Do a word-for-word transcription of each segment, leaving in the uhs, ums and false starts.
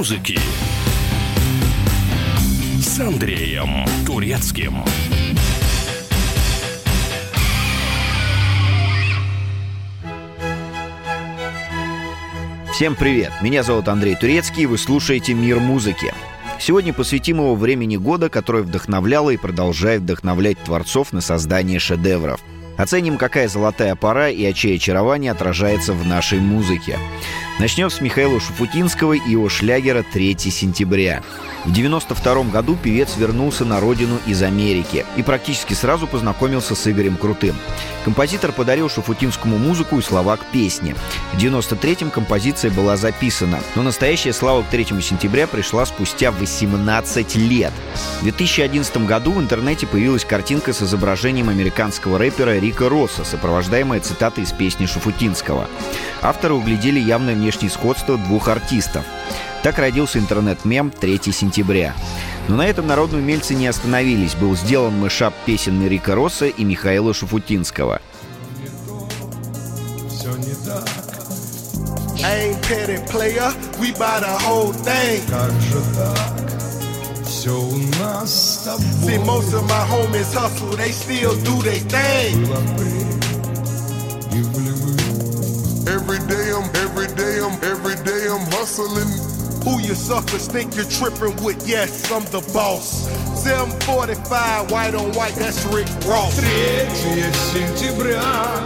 музыки с Андреем Турецким. Всем привет! Меня зовут Андрей Турецкий, и вы слушаете «Мир музыки». Сегодня посвятим его времени года, которое вдохновляло и продолжает вдохновлять творцов на создание шедевров. Оценим, какая золотая пора и о чьей очарование отражается в нашей музыке. Начнем с Михаила Шуфутинского и его шлягера «третьего сентября». В девяносто втором году певец вернулся на родину из Америки и практически сразу познакомился с Игорем Крутым. Композитор подарил Шуфутинскому музыку и слова к песне. В девяносто третьем композиция была записана, но настоящая слава к третьему сентября пришла спустя восемнадцать лет. В две тысячи одиннадцатом году в интернете появилась картинка с изображением американского рэпера Рика Росса, сопровождаемая цитатой из песни Шуфутинского. Авторы углядели явное внешнее сходство двух артистов. Так родился интернет-мем «третьего сентября». Но на этом народные умельцы не остановились. Был сделан мэшап песен Рика Росса и Михаила Шуфутинского. Все не так. Как же так? Все у нас с тобой. Был апрель и в Львы. Every day I'm, every day I'm, every day I'm hustling. Who you suckers think you're tripping with? Yes, I'm the boss. seven forty-five, white on white, that's Rick Ross. третьего сентября.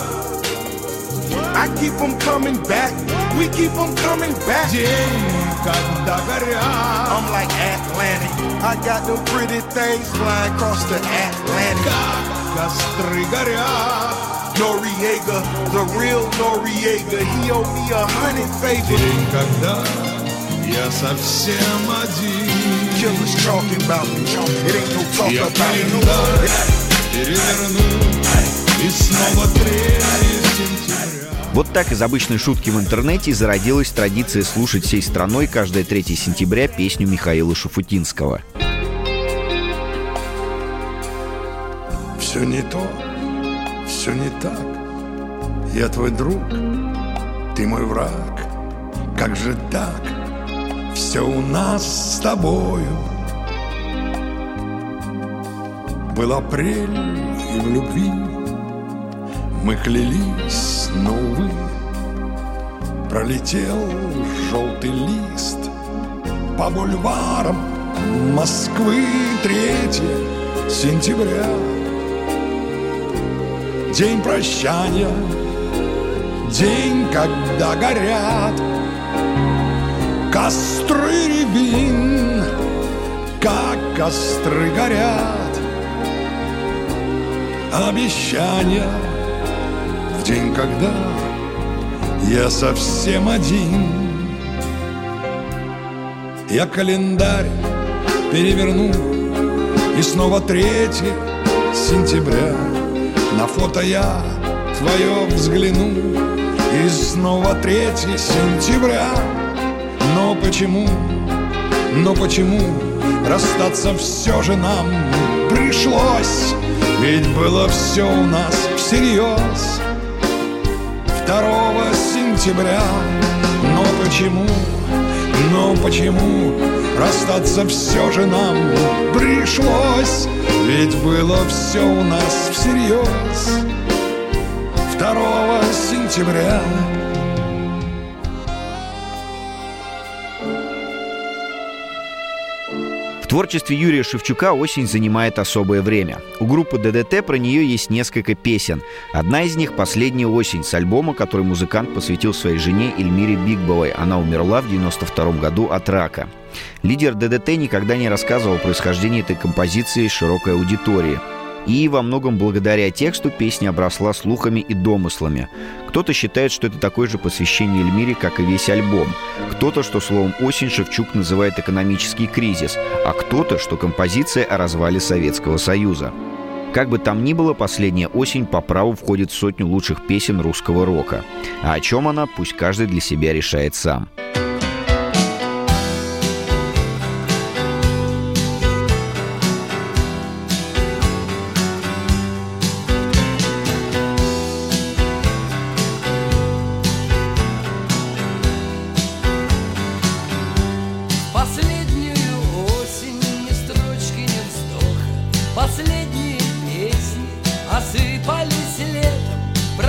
I keep them coming back. We keep them coming back. День, когда горят. I'm like Atlantic. I got them pretty things flying across the Atlantic. Как костры горят. Noriega, the real Noriega. He owe me a hundred favors. День, когда я совсем один. Killers talking about me. It ain't no talk Я about me. календарь переверну, и снова третьего сентября. Вот так из обычной шутки в интернете зародилась традиция слушать всей страной каждое третьего сентября песню Михаила Шуфутинского. Все не то, все не так. Я твой друг, ты мой враг. Как же так? Все у нас с тобою. Был апрель и в любви мы клялись, но, увы, пролетел желтый лист по бульварам Москвы. Третьего сентября, день прощания, день, когда горят костры рябин, как костры горят. Обещания в день, когда я совсем один. Я календарь переверну, и снова третьего сентября. На фото я твое взгляну, и снова третьего сентября. Но почему, но почему расстаться все же нам пришлось? Ведь было все у нас всерьез второго сентября. Но почему, но почему расстаться все же нам пришлось? Ведь было все у нас всерьез второго сентября. В творчестве Юрия Шевчука осень занимает особое время. У группы ДДТ про нее есть несколько песен. Одна из них «Последняя осень» с альбома, который музыкант посвятил своей жене Эльмире Бигбовой. Она умерла в девяносто втором году от рака. Лидер ДДТ никогда не рассказывал о происхождении этой композиции широкой аудитории. И во многом благодаря тексту песня обросла слухами и домыслами. Кто-то считает, что это такое же посвящение Эльмире, как и весь альбом. Кто-то, что словом «осень» Шевчук называет экономический кризис, а кто-то, что композиция о развале Советского Союза. Как бы там ни было, «Последняя осень» по праву входит в сотню лучших песен русского рока. А о чем она, пусть каждый для себя решает сам.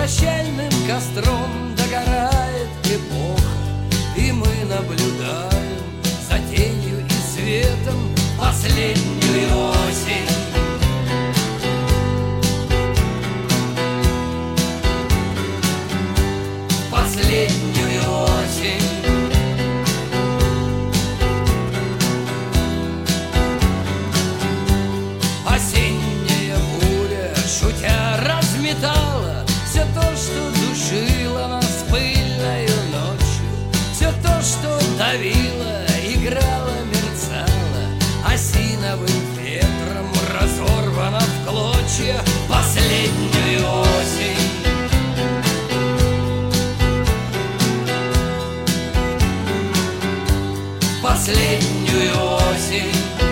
прощальным костром догорает эпоха, и мы наблюдаем за тенью и светом последнюю осень. Последнюю осень. Осенняя буря, шутя, разметала все то, что душило нас пыльною ночью, все то, что давило, играло, мерцало, осиновым ветром разорвано в клочья последнюю осень. Последнюю осень.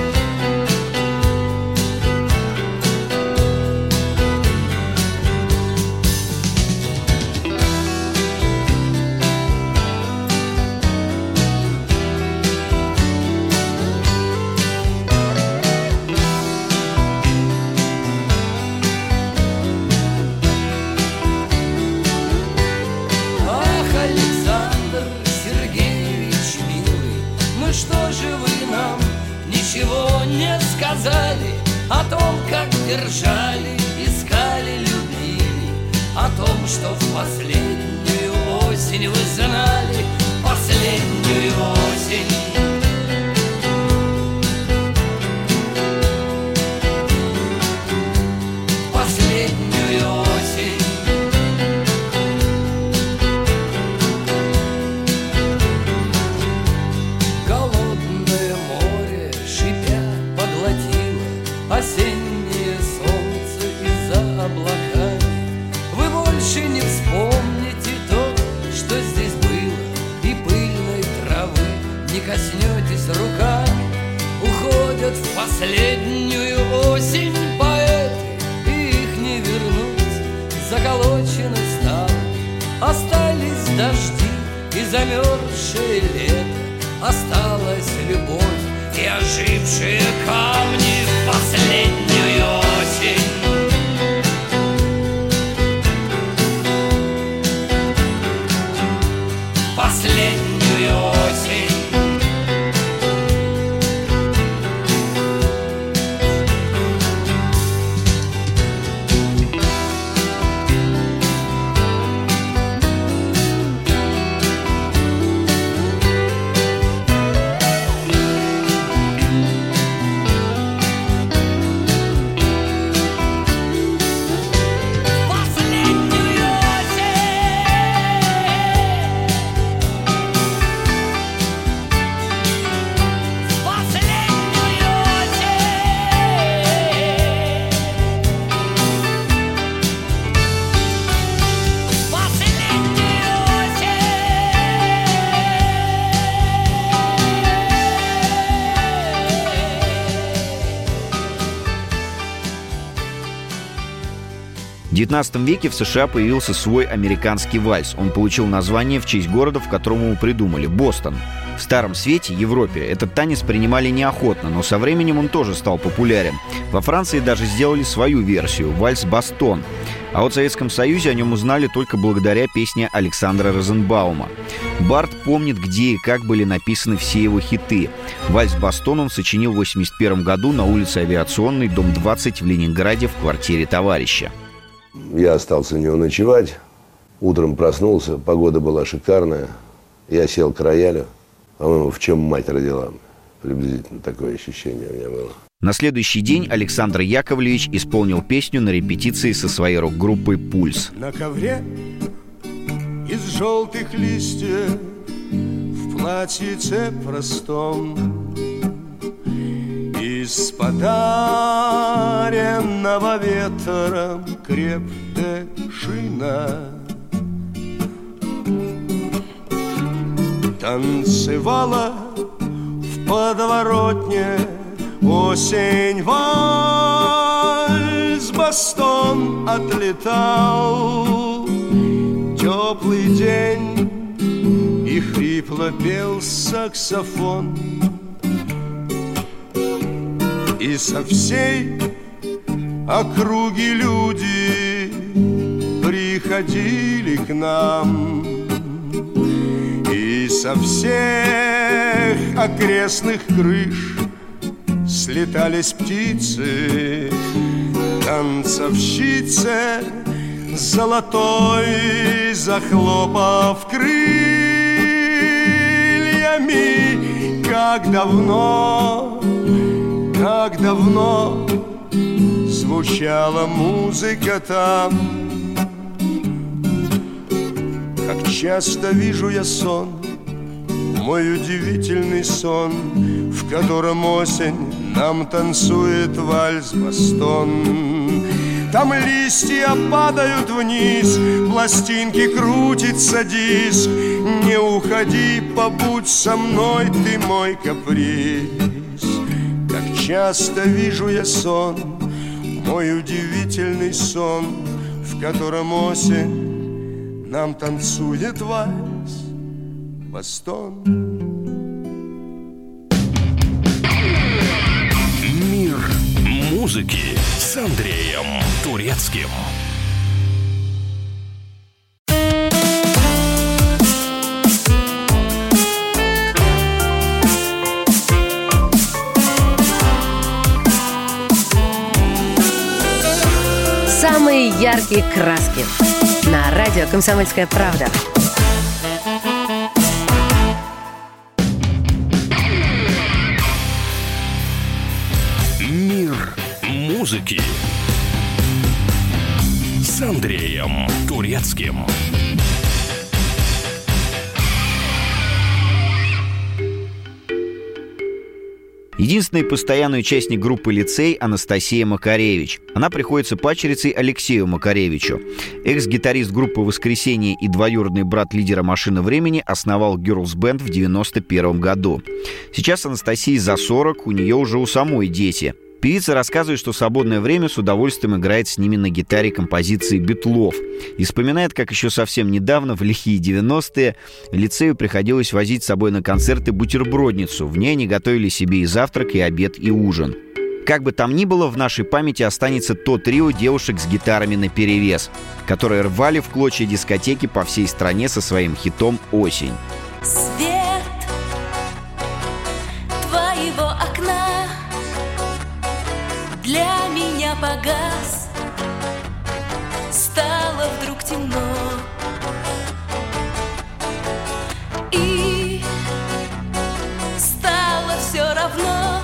О том, как держали, искали, любили, о том, что в последнюю осень вы знали, последнюю осень. Последнюю осень. Голодное море, шипя, поглотило осеннее солнце из-за облаками. Вы больше не вспомните то, что здесь было, и пыльной травы не коснетесь руками. Уходят в последнюю осень поэты, и их не вернуть, заколочены стало. Остались дожди и замерзшее лето, осталась любовь и ожившие камни в последнюю осень. Последнюю осень. В девятнадцатом веке в США появился свой американский вальс. Он получил название в честь города, в котором его придумали – Бостон. В Старом Свете, Европе, этот танец принимали неохотно, но со временем он тоже стал популярен. Во Франции даже сделали свою версию – вальс-бастон. А вот в Советском Союзе о нем узнали только благодаря песне Александра Розенбаума. Барт помнит, где и как были написаны все его хиты. Вальс-бастон он сочинил в восемьдесят первом году на улице Авиационной, дом двадцать в Ленинграде в квартире товарища. Я остался у него ночевать. Утром проснулся, погода была шикарная. Я сел к роялю. По-моему, в чем мать родила. Приблизительно такое ощущение у меня было. На следующий день Александр Яковлевич исполнил песню на репетиции со своей рок-группой «Пульс». На ковре из желтых листьев в платьице простом, из подаренного ветром крепкая шина танцевала в подворотне осень. Вальс-бастон отлетал, теплый день, и хрипло пел саксофон. И со всей округи люди приходили к нам, и со всех окрестных крыш слетались птицы, танцовщицы золотой, захлопав крыльями. Как давно, как давно звучала музыка там. Как часто вижу я сон, мой удивительный сон, в котором осень нам танцует вальс-бастон. Там листья падают вниз, пластинки крутится диск. Не уходи, побудь со мной, ты мой каприз. Как часто вижу я сон, мой удивительный сон, в котором осень нам танцует вальс-бастон. Мир музыки с Андреем Турецким. Самые яркие краски на радио «Комсомольская правда». Мир музыки с Андреем Турецким. Единственный постоянный участник группы «Лицей» Анастасия Макаревич. Она приходится падчерицей Алексею Макаревичу. Экс-гитарист группы «Воскресенье» и двоюродный брат лидера «Машины времени» основал Girls Band в девяносто первом году. Сейчас Анастасии за сорок, у нее уже у самой дети. Певица рассказывает, что в свободное время с удовольствием играет с ними на гитаре композиции Битлов. И вспоминает, как еще совсем недавно, в лихие девяностые, лицею приходилось возить с собой на концерты бутербродницу. В ней они готовили себе и завтрак, и обед, и ужин. Как бы там ни было, в нашей памяти останется то трио девушек с гитарами наперевес, которые рвали в клочья дискотеки по всей стране со своим хитом «Осень». Свет твоего окна для меня погас, стало вдруг темно, и стало все равно,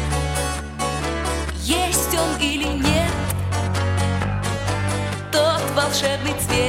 есть он или нет, тот волшебный цвет.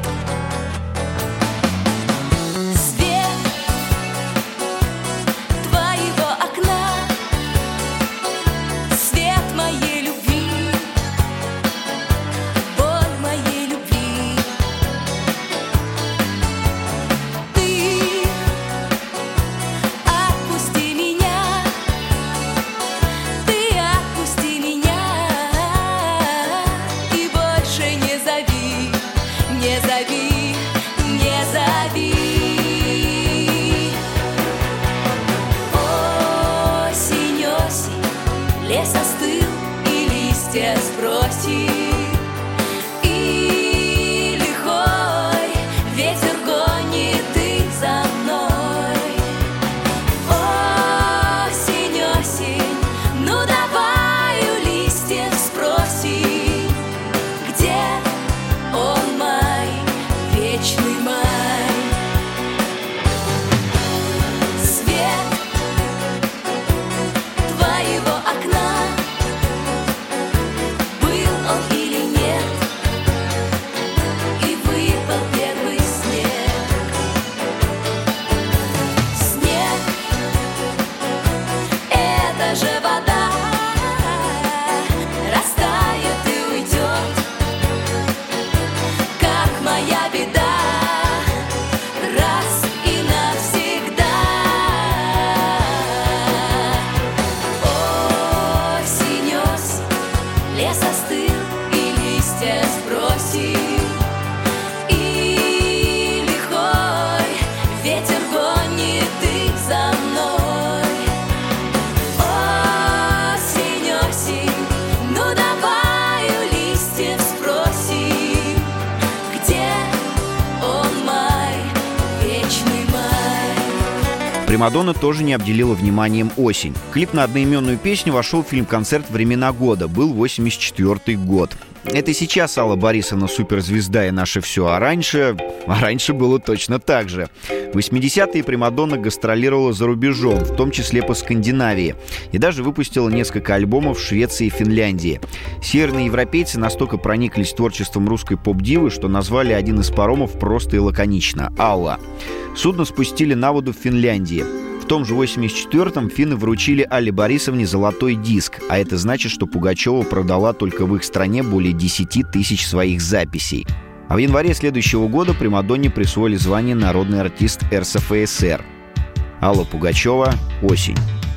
Лес остыл, и листья сбросил, и лихой ветер гонит их за мной. Осень, осень, ну давай у листьев спроси, где он, май, вечный май. Свет твоего окна, был он или нет, и выпал первый снег. Снег — это же вода, растает и уйдет, как моя беда. Примадонна тоже не обделила вниманием осень. Клип на одноименную песню вошел в фильм-концерт «Времена года». Был восемьдесят четвёртый год. Это сейчас Алла Борисовна суперзвезда и наше все, а раньше... А раньше было точно так же. В восьмидесятые Примадонна гастролировала за рубежом, в том числе по Скандинавии, и даже выпустила несколько альбомов в Швеции и Финляндии. Северные европейцы настолько прониклись творчеством русской поп-дивы, что назвали один из паромов просто и лаконично — «Алла». Судно спустили на воду в Финляндии. В том же восемьдесят четвёртом финны вручили Алле Борисовне золотой диск, а это значит, что Пугачева продала только в их стране более десяти тысяч своих записей. А в январе следующего года Примадонне присвоили звание «Народный артист эр эс эф эс эр». Алла Пугачева «Осень».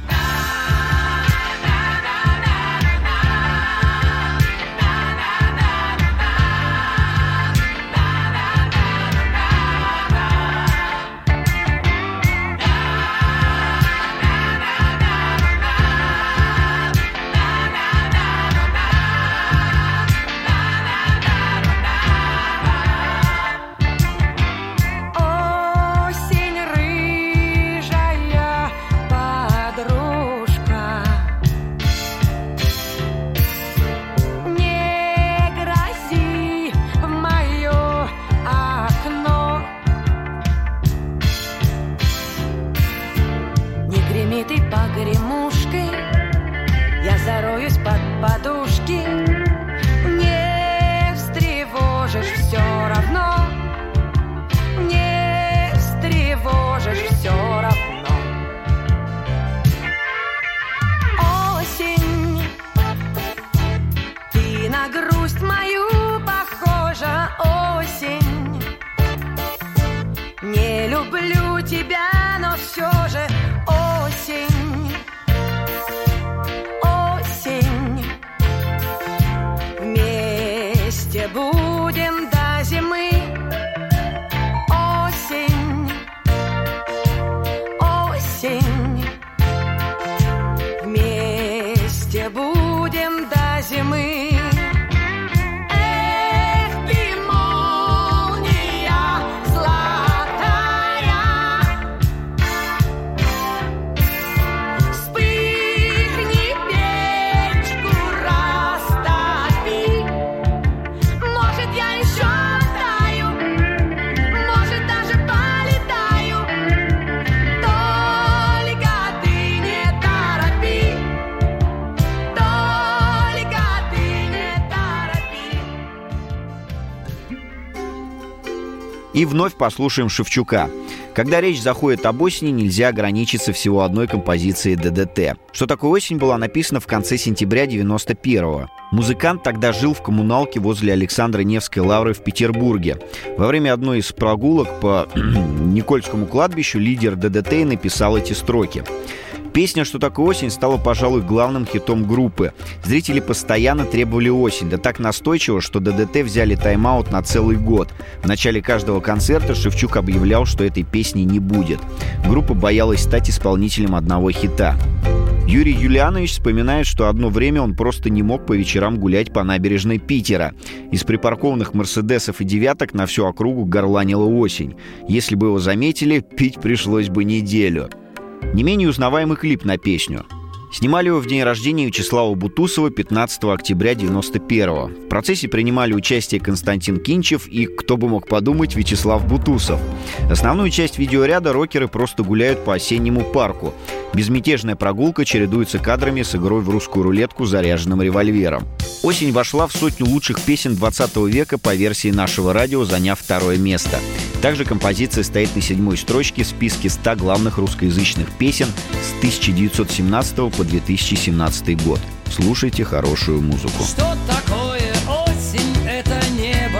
И вновь послушаем Шевчука. Когда речь заходит об осени, нельзя ограничиться всего одной композицией ДДТ. «Что такое осень» была написана в конце сентября девяносто первого. Музыкант тогда жил в коммуналке возле Александра Невской лавры в Петербурге. Во время одной из прогулок по Никольскому кладбищу лидер ДДТ написал эти строки. Песня «Что такое осень» стала, пожалуй, главным хитом группы. Зрители постоянно требовали осень, да так настойчиво, что ДДТ взяли тайм-аут на целый год. В начале каждого концерта Шевчук объявлял, что этой песни не будет. Группа боялась стать исполнителем одного хита. Юрий Юлианович вспоминает, что одно время он просто не мог по вечерам гулять по набережной Питера. Из припаркованных «Мерседесов» и «девяток» на всю округу горланила осень. Если бы его заметили, пить пришлось бы неделю. Не менее узнаваемый клип на песню. Снимали его в день рождения Вячеслава Бутусова пятнадцатого октября девяносто первого. В процессе принимали участие Константин Кинчев и, кто бы мог подумать, Вячеслав Бутусов. Основную часть видеоряда рокеры просто гуляют по осеннему парку. Безмятежная прогулка чередуется кадрами с игрой в русскую рулетку заряженным револьвером. Осень вошла в сотню лучших песен двадцатого века по версии нашего радио, заняв второе место. Также композиция стоит на седьмой строчке в списке ста главных русскоязычных песен с тысяча девятьсот семнадцатого по две тысячи семнадцатый год. Слушайте хорошую музыку. Что такое осень? Это небо,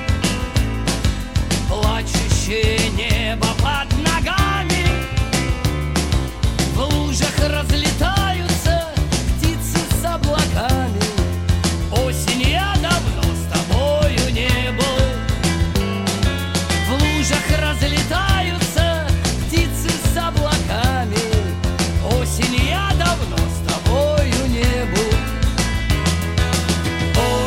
плачущее небо под ногами. В лужах разлетаются птицы с облаками. Осень, я давно с тобою не был. В лужах разлетаются птицы с облаками. Осень, я давно с тобою не был.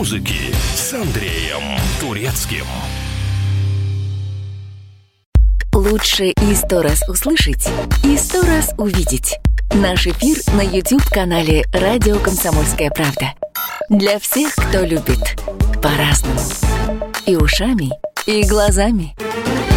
музыки с Андреем Турецким. Лучше и сто раз услышать, и сто раз увидеть. Наш эфир на YouTube-канале «Радио Комсомольская правда». Для всех, кто любит по-разному. И ушами, и глазами.